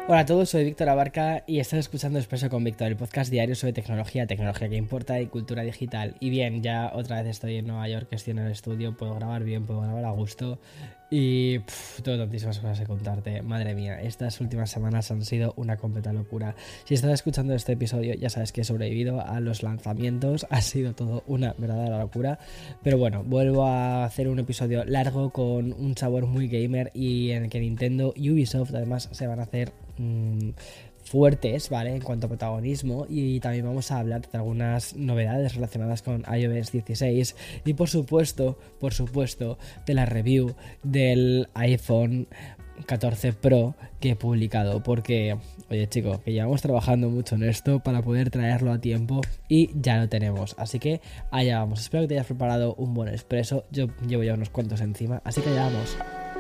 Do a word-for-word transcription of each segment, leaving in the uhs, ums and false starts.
Hola a todos, soy Víctor Abarca y estás escuchando Expreso con Víctor, el podcast diario sobre tecnología, tecnología que importa y cultura digital. Y bien, ya otra vez estoy en Nueva York, estoy en el estudio, puedo grabar bien, puedo grabar a gusto y pff, tengo tantísimas cosas que contarte. Madre mía, estas últimas semanas han sido una completa locura. Si estás escuchando este episodio ya sabes que he sobrevivido a los lanzamientos, ha sido todo una verdadera locura. Pero bueno, vuelvo a hacer un episodio largo con un sabor muy gamer y en el que Nintendo y Ubisoft además se van a hacer mmm, fuertes, ¿vale? En cuanto a protagonismo, y también vamos a hablar de algunas novedades relacionadas con iOS dieciséis y por supuesto, por supuesto, de la review del iPhone catorce Pro que he publicado, porque, oye chicos, que llevamos trabajando mucho en esto para poder traerlo a tiempo y ya lo tenemos, así que allá vamos. Espero que te hayas preparado un buen expreso, yo llevo ya unos cuantos encima, así que allá vamos.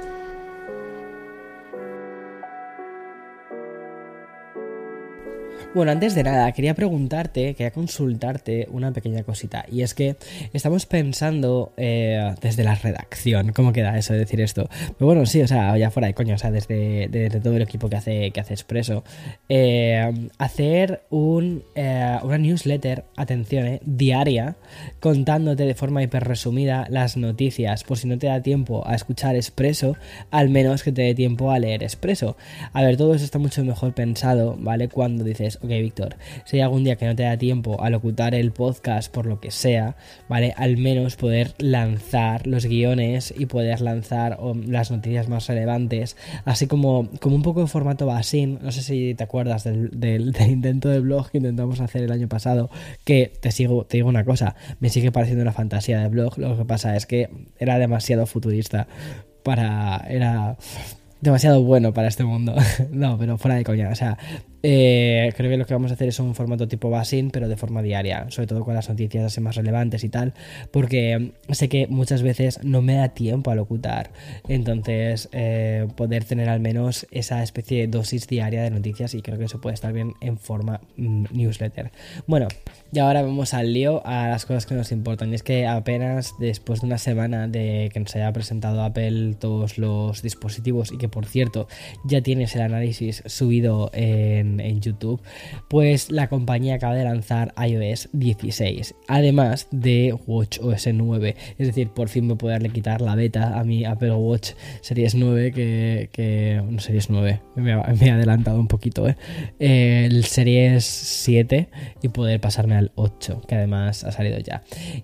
Bueno, antes de nada, quería preguntarte, quería consultarte una pequeña cosita. Y es que estamos pensando eh, desde la redacción, ¿cómo queda eso de decir esto? Pero bueno, sí, o sea, ya fuera de coño, o sea, desde, desde todo el equipo que hace, que hace Expreso, eh, hacer un, eh, una newsletter, atención, eh, diaria, contándote de forma hiper resumida las noticias, por si no te da tiempo a escuchar Expreso, al menos que te dé tiempo a leer Expreso. A ver, todo eso está mucho mejor pensado, ¿vale? Cuando dices, ok, Víctor, si hay algún día que no te da tiempo a locutar el podcast por lo que sea, ¿vale? Al menos poder lanzar los guiones y poder lanzar oh, las noticias más relevantes, así como, como un poco de formato basín. No sé si te acuerdas del, del, del intento de blog que intentamos hacer el año pasado, que te sigo, te digo una cosa, me sigue pareciendo una fantasía de blog. Lo que pasa es que era demasiado futurista para... era... demasiado bueno para este mundo. No, pero fuera de coña, o sea, eh, creo que lo que vamos a hacer es un formato tipo basín, pero de forma diaria, sobre todo con las noticias así más relevantes y tal, porque sé que muchas veces no me da tiempo a locutar, entonces eh, poder tener al menos esa especie de dosis diaria de noticias, y creo que eso puede estar bien en forma mm, newsletter. Bueno, y ahora vamos al lío, a las cosas que nos importan, y es que apenas después de una semana de que nos haya presentado Apple todos los dispositivos, y que por cierto ya tienes el análisis subido en, en YouTube, pues la compañía acaba de lanzar iOS dieciséis, además de watchOS nueve, es decir, por fin voy a poderle quitar la beta a mi Apple Watch Series nueve, que, que no, Series nueve, me, me he adelantado un poquito, ¿eh? El Series siete, y poder pasarme al ocho, que además ha salido ya.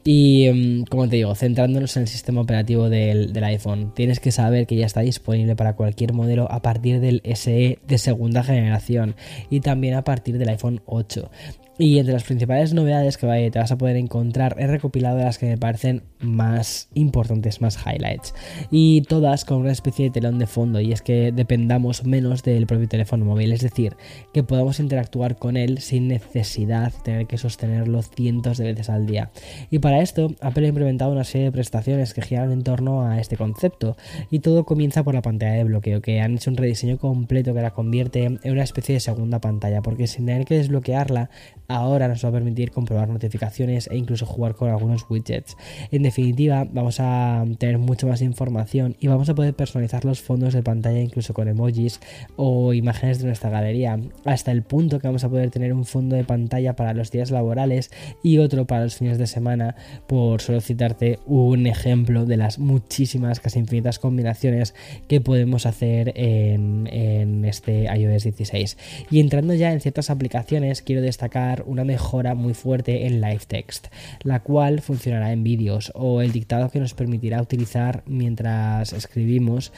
Y como te digo, centrándonos en el sistema operativo del, del iPhone, tienes que saber que ya está disponible para cualquier modelo a partir del S E de segunda generación y también a partir del iPhone ocho. Y entre las principales novedades que te vas a poder encontrar he recopilado las que me parecen más importantes, más highlights, y todas con una especie de telón de fondo, y es que dependamos menos del propio teléfono móvil, es decir, que podamos interactuar con él sin necesidad de tener que sostenerlo cientos de veces al día. Y para esto Apple ha implementado una serie de prestaciones que giran en torno a este concepto, y todo comienza por la pantalla de bloqueo, que han hecho un rediseño completo que la convierte en una especie de segunda pantalla, porque sin tener que desbloquearla ahora nos va a permitir comprobar notificaciones e incluso jugar con algunos widgets. En definitiva, vamos a tener mucha más información y vamos a poder personalizar los fondos de pantalla incluso con emojis o imágenes de nuestra galería, hasta el punto que vamos a poder tener un fondo de pantalla para los días laborales y otro para los fines de semana, por solo citarte un ejemplo de las muchísimas, casi infinitas combinaciones que podemos hacer en, en este iOS dieciséis. Y entrando ya en ciertas aplicaciones, quiero destacar una mejora muy fuerte en Live Text, la cual funcionará en vídeos, o el dictado que nos permitirá utilizar mientras escribimos.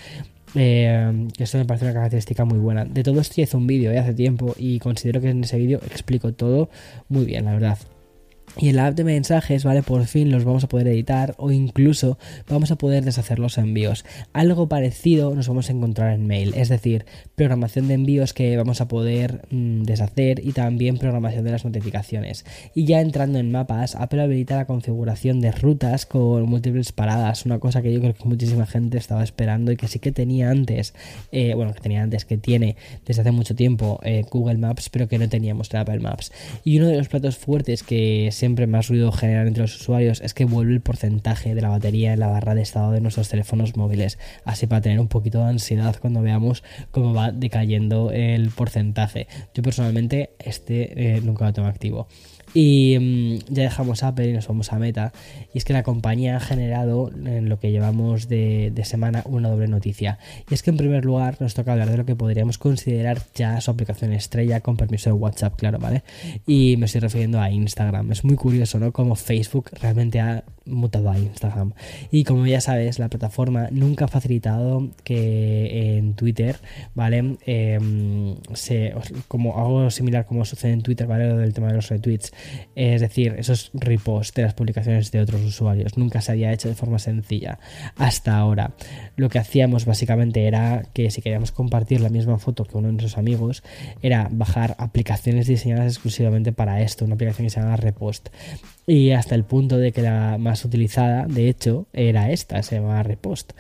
Eh, que esto me parece una característica muy buena. De todo esto hice un vídeo eh, hace tiempo, y considero que en ese vídeo explico todo muy bien, la verdad. Y en la app de mensajes, ¿vale? Por fin los vamos a poder editar, o incluso vamos a poder deshacer los envíos. Algo parecido nos vamos a encontrar en Mail, es decir, programación de envíos que vamos a poder mmm, deshacer, y también programación de las notificaciones. Y ya entrando en mapas, Apple habilita la configuración de rutas con múltiples paradas, una cosa que yo creo que muchísima gente estaba esperando y que sí que tenía antes, eh, bueno, que tenía antes, que tiene desde hace mucho tiempo eh, Google Maps, pero que no teníamos en Apple Maps. Y uno de los platos fuertes que siempre más ruido genera entre los usuarios es que vuelve el porcentaje de la batería en la barra de estado de nuestros teléfonos móviles, así para tener un poquito de ansiedad cuando veamos cómo va decayendo el porcentaje. Yo personalmente este eh, nunca lo tengo activo. Y um, ya dejamos Apple y nos vamos a Meta, y es que la compañía ha generado en lo que llevamos de, de semana una doble noticia, y es que en primer lugar nos toca hablar de lo que podríamos considerar ya su aplicación estrella, con permiso de WhatsApp, claro, ¿vale? Y me estoy refiriendo a Instagram. Es muy curioso, ¿no? Como Facebook realmente ha mutado a Instagram, y como ya sabes, la plataforma nunca ha facilitado que en Twitter, ¿vale? Eh, se, como algo similar como sucede en Twitter, ¿vale? Lo del tema de los retweets. Es decir, esos reposts de las publicaciones de otros usuarios nunca se había hecho de forma sencilla hasta ahora. Lo que hacíamos básicamente era que si queríamos compartir la misma foto que uno de nuestros amigos, era bajar aplicaciones diseñadas exclusivamente para esto, una aplicación que se llama Repost. Y hasta el punto de que la más utilizada, de hecho, era esta, se llama Repost.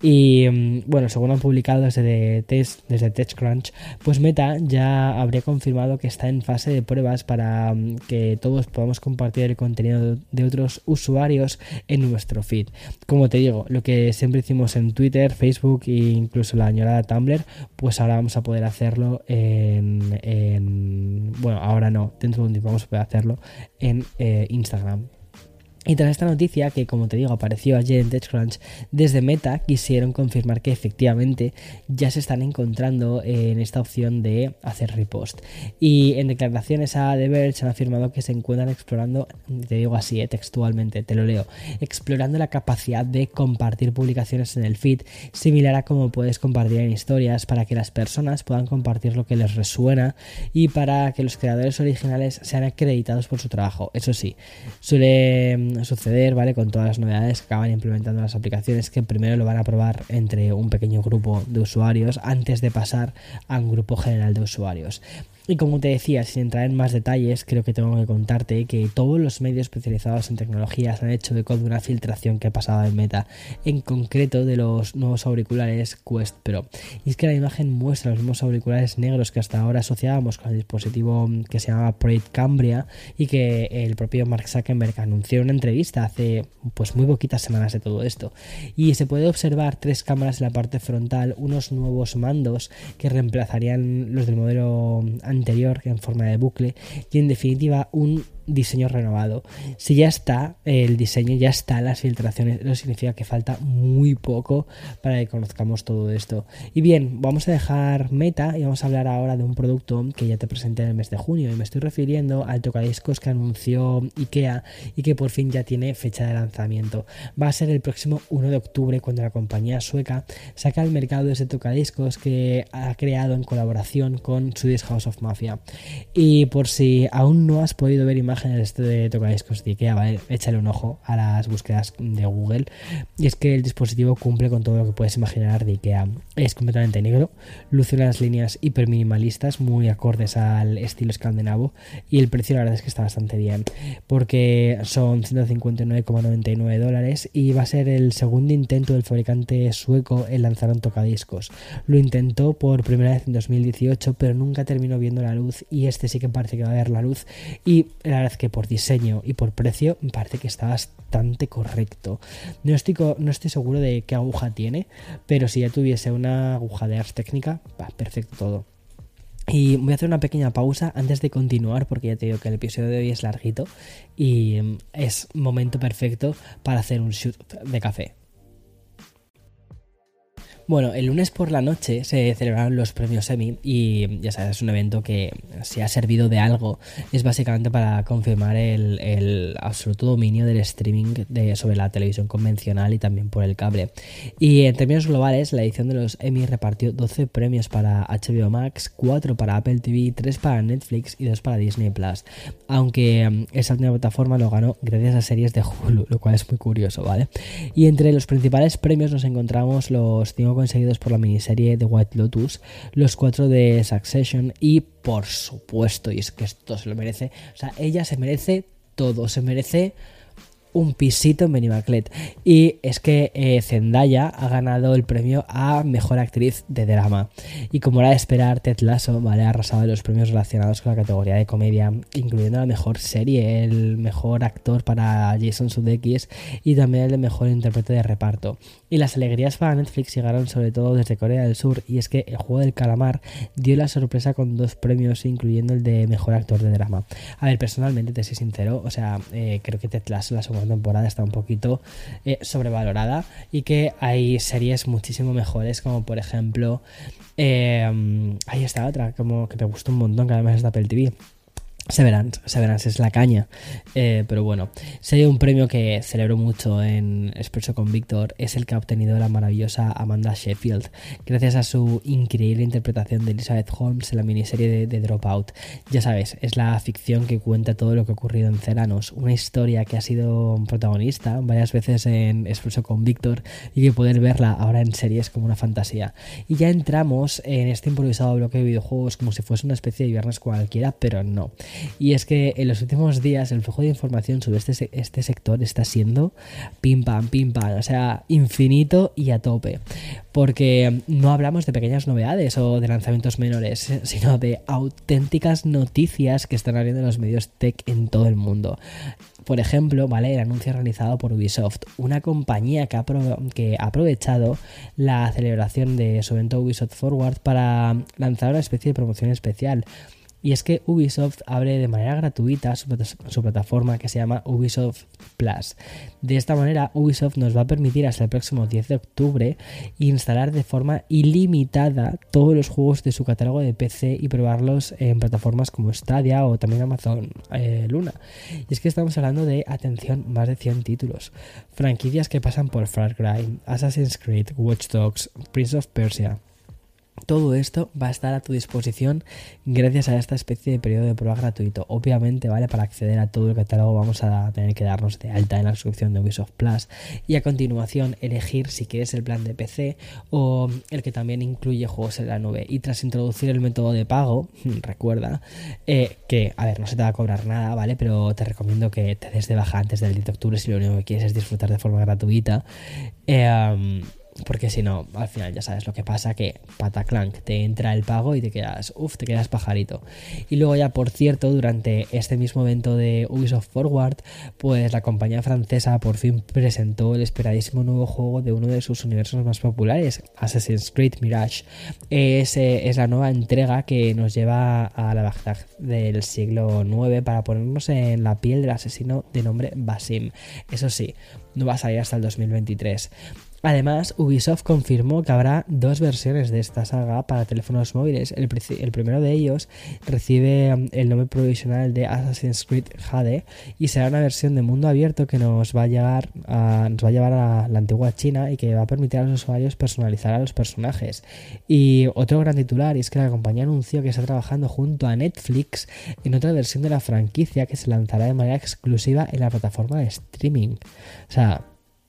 Y bueno, según han publicado desde, desde TechCrunch, pues Meta ya habría confirmado que está en fase de pruebas para que todos podamos compartir el contenido de otros usuarios en nuestro feed. Como te digo, lo que siempre hicimos en Twitter, Facebook e incluso la añorada Tumblr, pues ahora vamos a poder hacerlo en, en bueno, ahora no, dentro de un tiempo vamos a poder hacerlo en eh, Instagram. Y tras esta noticia, que como te digo apareció ayer en TechCrunch, desde Meta quisieron confirmar que efectivamente ya se están encontrando en esta opción de hacer repost. Y en declaraciones a The Verge han afirmado que se encuentran explorando, te digo así, eh, textualmente, te lo leo, explorando la capacidad de compartir publicaciones en el feed, similar a como puedes compartir en historias, para que las personas puedan compartir lo que les resuena y para que los creadores originales sean acreditados por su trabajo. Eso sí, suele suceder, ¿vale? Con todas las novedades que acaban implementando las aplicaciones, que primero lo van a probar entre un pequeño grupo de usuarios antes de pasar a un grupo general de usuarios. Y como te decía, sin entrar en más detalles, creo que tengo que contarte que todos los medios especializados en tecnologías han hecho eco de una filtración que ha pasado en Meta, en concreto de los nuevos auriculares Quest Pro. Y es que la imagen muestra los mismos auriculares negros que hasta ahora asociábamos con el dispositivo que se llama Project Cambria, y que el propio Mark Zuckerberg anunció en una entrevista hace pues muy poquitas semanas de todo esto. Y se puede observar tres cámaras en la parte frontal, unos nuevos mandos que reemplazarían los del modelo anterior en forma de bucle, y en definitiva un diseño renovado. Si ya está el diseño, ya están las filtraciones, eso significa que falta muy poco para que conozcamos todo esto. Y bien, vamos a dejar Meta y vamos a hablar ahora de un producto que ya te presenté en el mes de junio, y me estoy refiriendo al tocadiscos que anunció IKEA y que por fin ya tiene fecha de lanzamiento. Va a ser el próximo uno de octubre, cuando la compañía sueca saca al mercado ese tocadiscos que ha creado en colaboración con Swedish House of Mafia. Y por si aún no has podido ver imágenes en este de tocadiscos de IKEA, ¿vale? Échale un ojo a las búsquedas de Google, y es que el dispositivo cumple con todo lo que puedes imaginar de IKEA. Es completamente negro, luce unas líneas hiper minimalistas muy acordes al estilo escandinavo, y el precio la verdad es que está bastante bien, porque son ciento cincuenta y nueve coma noventa y nueve dólares, y va a ser el segundo intento del fabricante sueco en lanzar un tocadiscos. Lo intentó por primera vez en dos mil dieciocho, pero nunca terminó viendo la luz, y este sí que parece que va a ver la luz, y la verdad es que por diseño y por precio me parece que está bastante correcto. No estoy, no estoy seguro de qué aguja tiene, pero si ya tuviese una aguja de Ars Technica, va perfecto todo. Y voy a hacer una pequeña pausa antes de continuar, porque ya te digo que el episodio de hoy es larguito y es momento perfecto para hacer un shoot de café. Bueno, el lunes por la noche se celebraron los premios Emmy, y ya sabes, es un evento que, si ha servido de algo, es básicamente para confirmar el, el absoluto dominio del streaming de, sobre la televisión convencional y también por el cable. Y en términos globales, la edición de los Emmy repartió doce premios para H B O Max, cuatro para Apple T V, tres para Netflix y dos para Disney Plus, aunque esa última plataforma lo ganó gracias a series de Hulu, lo cual es muy curioso, ¿vale? Y entre los principales premios nos encontramos los cinco conseguidos por la miniserie The White Lotus, los cuatro de Succession y, por supuesto, y es que esto se lo merece, o sea, ella se merece todo, se merece un pisito en Benimaclet. Y es que eh, Zendaya ha ganado el premio a Mejor Actriz de Drama. Y como era de esperar, Ted Lasso, ¿vale?, ha arrasado en los premios relacionados con la categoría de comedia, incluyendo la mejor serie, el mejor actor para Jason Sudeikis y también el de mejor intérprete de reparto. Y las alegrías para Netflix llegaron sobre todo desde Corea del Sur, y es que El Juego del Calamar dio la sorpresa con dos premios, incluyendo el de mejor actor de drama. A ver, personalmente, te soy sincero, o sea, eh, creo que Ted Lasso, la segunda temporada, está un poquito eh, sobrevalorada, y que hay series muchísimo mejores, como por ejemplo eh, ahí está otra como que me gustó un montón, que además es de Apple T V, Severance. Severance es la caña, eh, pero bueno, sería un premio que celebro mucho en Expreso con Víctor, es el que ha obtenido la maravillosa Amanda Sheffield, gracias a su increíble interpretación de Elizabeth Holmes en la miniserie de, de Dropout. Ya sabes, es la ficción que cuenta todo lo que ha ocurrido en Ceranos, una historia que ha sido protagonista varias veces en Expreso con Víctor, y que poder verla ahora en serie es como una fantasía. Y ya entramos en este improvisado bloque de videojuegos como si fuese una especie de viernes cualquiera, pero no. Y es que en los últimos días el flujo de información sobre este, este sector está siendo pim pam, pim pam, o sea, infinito y a tope. Porque no hablamos de pequeñas novedades o de lanzamientos menores, sino de auténticas noticias que están abriendo los medios tech en todo el mundo. Por ejemplo, ¿vale?, el anuncio realizado por Ubisoft, una compañía que ha, que ha aprovechado la celebración de su evento Ubisoft Forward para lanzar una especie de promoción especial. Y es que Ubisoft abre de manera gratuita su, su plataforma que se llama Ubisoft Plus. De esta manera, Ubisoft nos va a permitir hasta el próximo diez de octubre instalar de forma ilimitada todos los juegos de su catálogo de P C y probarlos en plataformas como Stadia o también Amazon eh, Luna. Y es que estamos hablando de, atención, más de cien títulos. Franquicias que pasan por Far Cry, Assassin's Creed, Watch Dogs, Prince of Persia. Todo esto va a estar a tu disposición gracias a esta especie de periodo de prueba gratuito. Obviamente, ¿vale?, para acceder a todo el catálogo vamos a tener que darnos de alta en la suscripción de Ubisoft Plus y a continuación elegir si quieres el plan de P C o el que también incluye juegos en la nube. Y tras introducir el método de pago, recuerda eh, que, a ver, no se te va a cobrar nada, ¿vale?, pero te recomiendo que te des de baja antes del diez de octubre si lo único que quieres es disfrutar de forma gratuita. Eh, um, Porque si no, al final ya sabes lo que pasa, que pataclank, te entra el pago y te quedas, uff, te quedas pajarito. Y luego ya, por cierto, durante este mismo evento de Ubisoft Forward, pues la compañía francesa por fin presentó el esperadísimo nuevo juego de uno de sus universos más populares, Assassin's Creed Mirage. Es, eh, es la nueva entrega que nos lleva a la Bagdad del siglo nueve para ponernos en la piel del asesino de nombre Basim. Eso sí, no va a salir hasta el dos mil veintitrés. Además, Ubisoft confirmó que habrá dos versiones de esta saga para teléfonos móviles. El, el primero de ellos recibe el nombre provisional de Assassin's Creed H D y será una versión de mundo abierto que nos va a llevar a, nos va a llevar a la antigua China y que va a permitir a los usuarios personalizar a los personajes. Y otro gran titular es que la compañía anunció que está trabajando junto a Netflix en otra versión de la franquicia que se lanzará de manera exclusiva en la plataforma de streaming. O sea,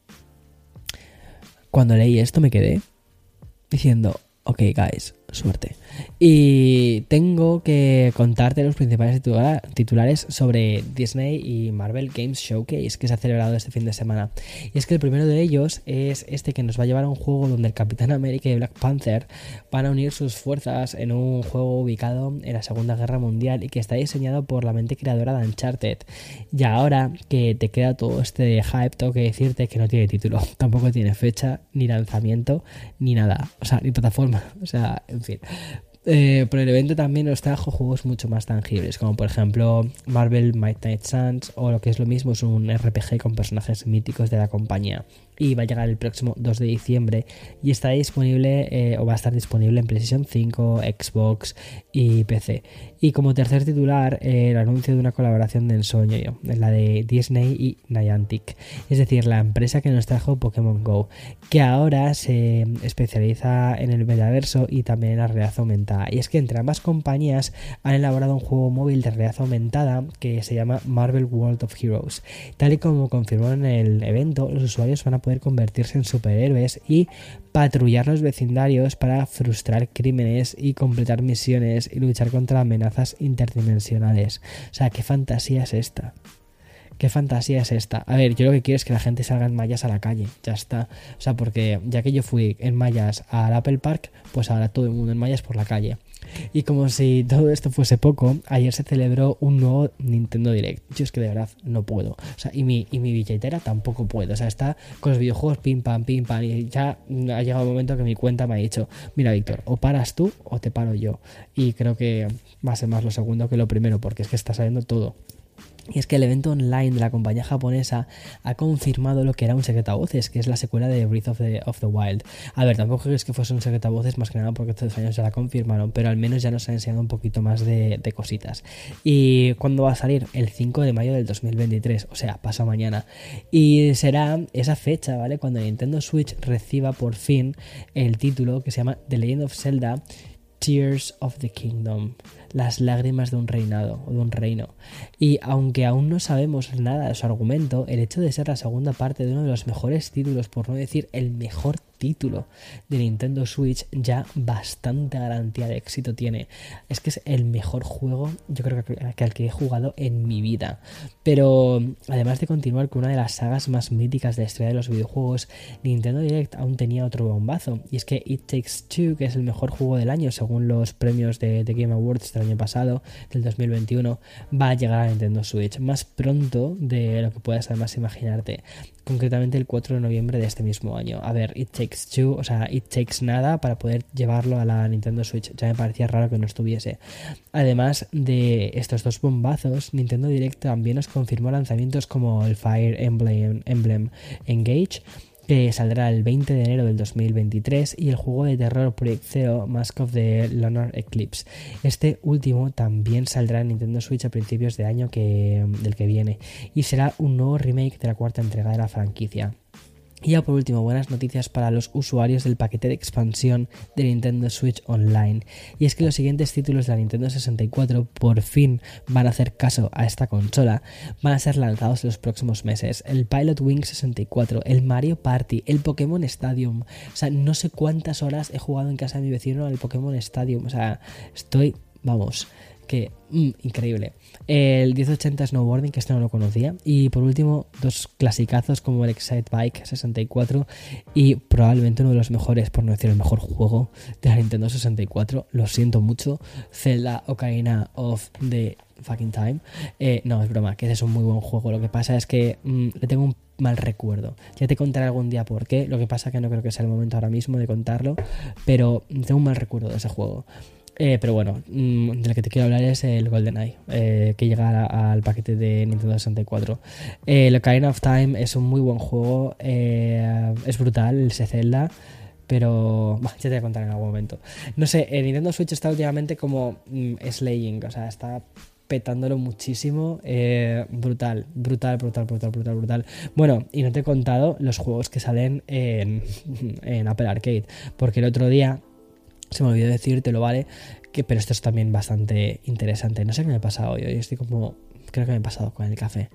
cuando leí esto me quedé diciendo, ok guys, suerte. Y tengo que contarte los principales titula- titulares sobre Disney y Marvel Games Showcase que se ha celebrado este fin de semana. Y es que el primero de ellos es este que nos va a llevar a un juego donde el Capitán América y Black Panther van a unir sus fuerzas en un juego ubicado en la Segunda Guerra Mundial y que está diseñado por la mente creadora de Uncharted. Y ahora que te queda todo este hype, tengo que decirte que no tiene título, tampoco tiene fecha, ni lanzamiento, ni nada, o sea, ni plataforma, o sea, en fin. Eh, por el evento también nos trajo juegos mucho más tangibles, como por ejemplo Marvel Midnight Suns, o lo que es lo mismo, es un R P G con personajes míticos de la compañía. Y va a llegar el próximo dos de diciembre y está disponible eh, o va a estar disponible en PlayStation cinco, Xbox y P C. Y como tercer titular, eh, el anuncio de una colaboración de ensueño, la de Disney y Niantic, es decir, la empresa que nos trajo Pokémon Go, que ahora se especializa en el metaverso y también en la realidad aumentada. Y es que entre ambas compañías han elaborado un juego móvil de realidad aumentada que se llama Marvel World of Heroes. Tal y como confirmaron en el evento, los usuarios van a poder convertirse en superhéroes y patrullar los vecindarios para frustrar crímenes y completar misiones y luchar contra amenazas interdimensionales. O sea, ¿qué fantasía es esta? ¿Qué fantasía es esta? A ver, yo lo que quiero es que la gente salga en mallas a la calle, ya está. O sea, porque ya que yo fui en mallas al Apple Park, pues ahora todo el mundo en mallas por la calle. Y como si todo esto fuese poco, ayer se celebró un nuevo Nintendo Direct. Yo es que de verdad no puedo. O sea, y mi, y mi billetera tampoco puedo. O sea, está con los videojuegos pim pam, pim pam. Y ya ha llegado un momento que mi cuenta me ha dicho: mira, Víctor, o paras tú o te paro yo. Y creo que va a ser más lo segundo que lo primero, porque es que está saliendo todo. Y es que el evento online de la compañía japonesa ha confirmado lo que era un secretavoces, que es la secuela de Breath of the, of the Wild. A ver, tampoco es que fuese un secretavoces, más que nada porque estos años ya la confirmaron, pero al menos ya nos ha enseñado un poquito más de, de cositas. ¿Y cuándo va a salir? El cinco de mayo del dos mil veintitrés, o sea, pasa mañana. Y será esa fecha, ¿vale? Cuando Nintendo Switch reciba por fin el título que se llama The Legend of Zelda Tears of the Kingdom, las lágrimas de un reinado o de un reino. Y aunque aún no sabemos nada de su argumento, el hecho de ser la segunda parte de uno de los mejores títulos, por no decir el mejor título de Nintendo Switch, ya bastante garantía de éxito tiene. Es que es el mejor juego, yo creo que, que al que he jugado en mi vida. Pero además de continuar con una de las sagas más míticas de la historia de los videojuegos, Nintendo Direct aún tenía otro bombazo, y es que It Takes Two, que es el mejor juego del año según los premios de, de Game Awards del año pasado, del dos mil veintiuno, va a llegar a Nintendo Switch más pronto de lo que puedas además imaginarte, concretamente el cuatro de noviembre de este mismo año. A ver, It Takes Two, o sea, It Takes nada para poder llevarlo a la Nintendo Switch, ya me parecía raro que no estuviese. Además de estos dos bombazos, Nintendo Direct también nos confirmó lanzamientos como el Fire Emblem, Emblem Engage, que saldrá el veinte de enero del dos mil veintitrés, y el juego de terror Project Zero Mask of the Lunar Eclipse. Este último también saldrá en Nintendo Switch a principios de año que, del que viene, y será un nuevo remake de la cuarta entrega de la franquicia. Y ya por último, buenas noticias para los usuarios del paquete de expansión de Nintendo Switch Online. Y es que los siguientes títulos de la Nintendo sesenta y cuatro por fin van a hacer caso a esta consola. Van a ser lanzados en los próximos meses. El Pilot Wing sesenta y cuatro, el Mario Party, el Pokémon Stadium. O sea, no sé cuántas horas he jugado en casa de mi vecino al Pokémon Stadium. O sea, estoy, vamos, que mm, increíble. El diez ochenta Snowboarding, que este no lo conocía. Y por último, dos clasicazos como el Excite Bike sesenta y cuatro y probablemente uno de los mejores, por no decir el mejor juego de la Nintendo sesenta y cuatro. Lo siento mucho, Zelda Ocarina of the fucking Time. Eh, no, es broma, que ese es un muy buen juego. Lo que pasa es que mmm, le tengo un mal recuerdo. Ya te contaré algún día por qué. Lo que pasa es que no creo que sea el momento ahora mismo de contarlo, pero tengo un mal recuerdo de ese juego. Eh, pero bueno, mmm, de lo que te quiero hablar es el GoldenEye, eh, que llega a, al paquete de Nintendo sesenta y cuatro. Eh, el Ocarina of Time es un muy buen juego, eh, es brutal el Zelda, pero bah, ya te voy a contar en algún momento. No sé, el Nintendo Switch está últimamente como mmm, slaying, o sea, está petándolo muchísimo, eh, brutal, brutal, brutal, brutal, brutal, brutal. Bueno, y no te he contado los juegos que salen en, en Apple Arcade, porque el otro día se me olvidó decírtelo, ¿vale? Que, pero esto es también bastante interesante. No sé qué me ha pasado hoy. Hoy estoy como... Creo que me he pasado con el café.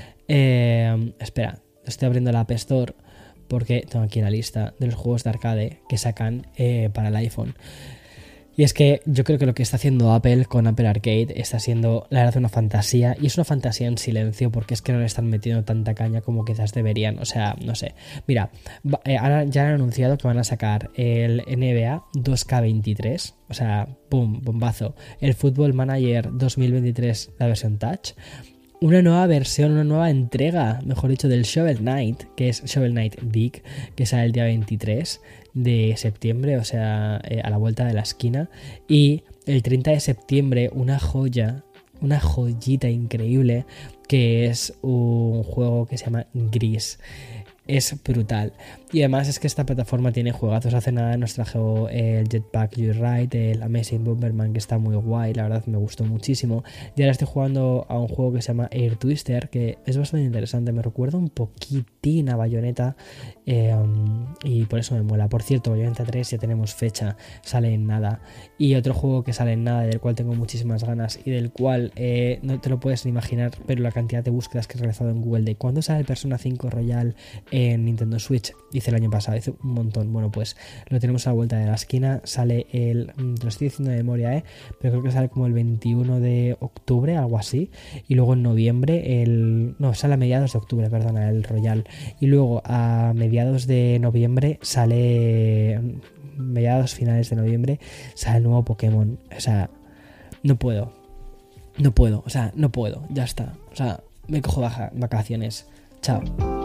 Eh, espera, estoy abriendo la App Store porque tengo aquí la lista de los juegos de arcade que sacan eh, para el iPhone. Y es que yo creo que lo que está haciendo Apple con Apple Arcade está siendo, la verdad, una fantasía. Y es una fantasía en silencio, porque es que no le están metiendo tanta caña como quizás deberían. O sea, no sé. Mira, eh, ahora ya han anunciado que van a sacar el N B A dos K veintitrés. O sea, boom, bombazo. El Football Manager dos mil veintitrés, la versión Touch. Una nueva versión, una nueva entrega, mejor dicho, del Shovel Knight, que es Shovel Knight Big, que sale el día veintitrés de septiembre, o sea, eh, a la vuelta de la esquina. Y el treinta de septiembre, una joya, una joyita increíble, que es un juego que se llama Gris. Es brutal. Y además es que esta plataforma tiene juegazos. Hace nada nos trajo el Jetpack Joyride, el Amazing Bomberman, que está muy guay, la verdad me gustó muchísimo. Y ahora estoy jugando a un juego que se llama Air Twister, que es bastante interesante, me recuerda un poquitín a Bayonetta, eh, y por eso me mola. Por cierto, Bayonetta tres ya tenemos fecha, sale en nada. Y otro juego que sale en nada, del cual tengo muchísimas ganas y del cual eh, no te lo puedes ni imaginar, pero la cantidad de búsquedas que he realizado en Google de cuándo sale el Persona cinco Royal en Nintendo Switch, y hice el año pasado, hice un montón. Bueno, pues lo tenemos a la vuelta de la esquina. Sale el, te lo estoy diciendo de memoria, ¿eh? Pero creo que sale como el veintiuno de octubre, algo así. Y luego en noviembre, el no, sale a mediados de octubre, perdona, el Royal. Y luego a mediados de noviembre sale, mediados finales de noviembre, sale el nuevo Pokémon. O sea, no puedo. No puedo, o sea, no puedo. Ya está. O sea, me cojo baja, vacaciones. Chao.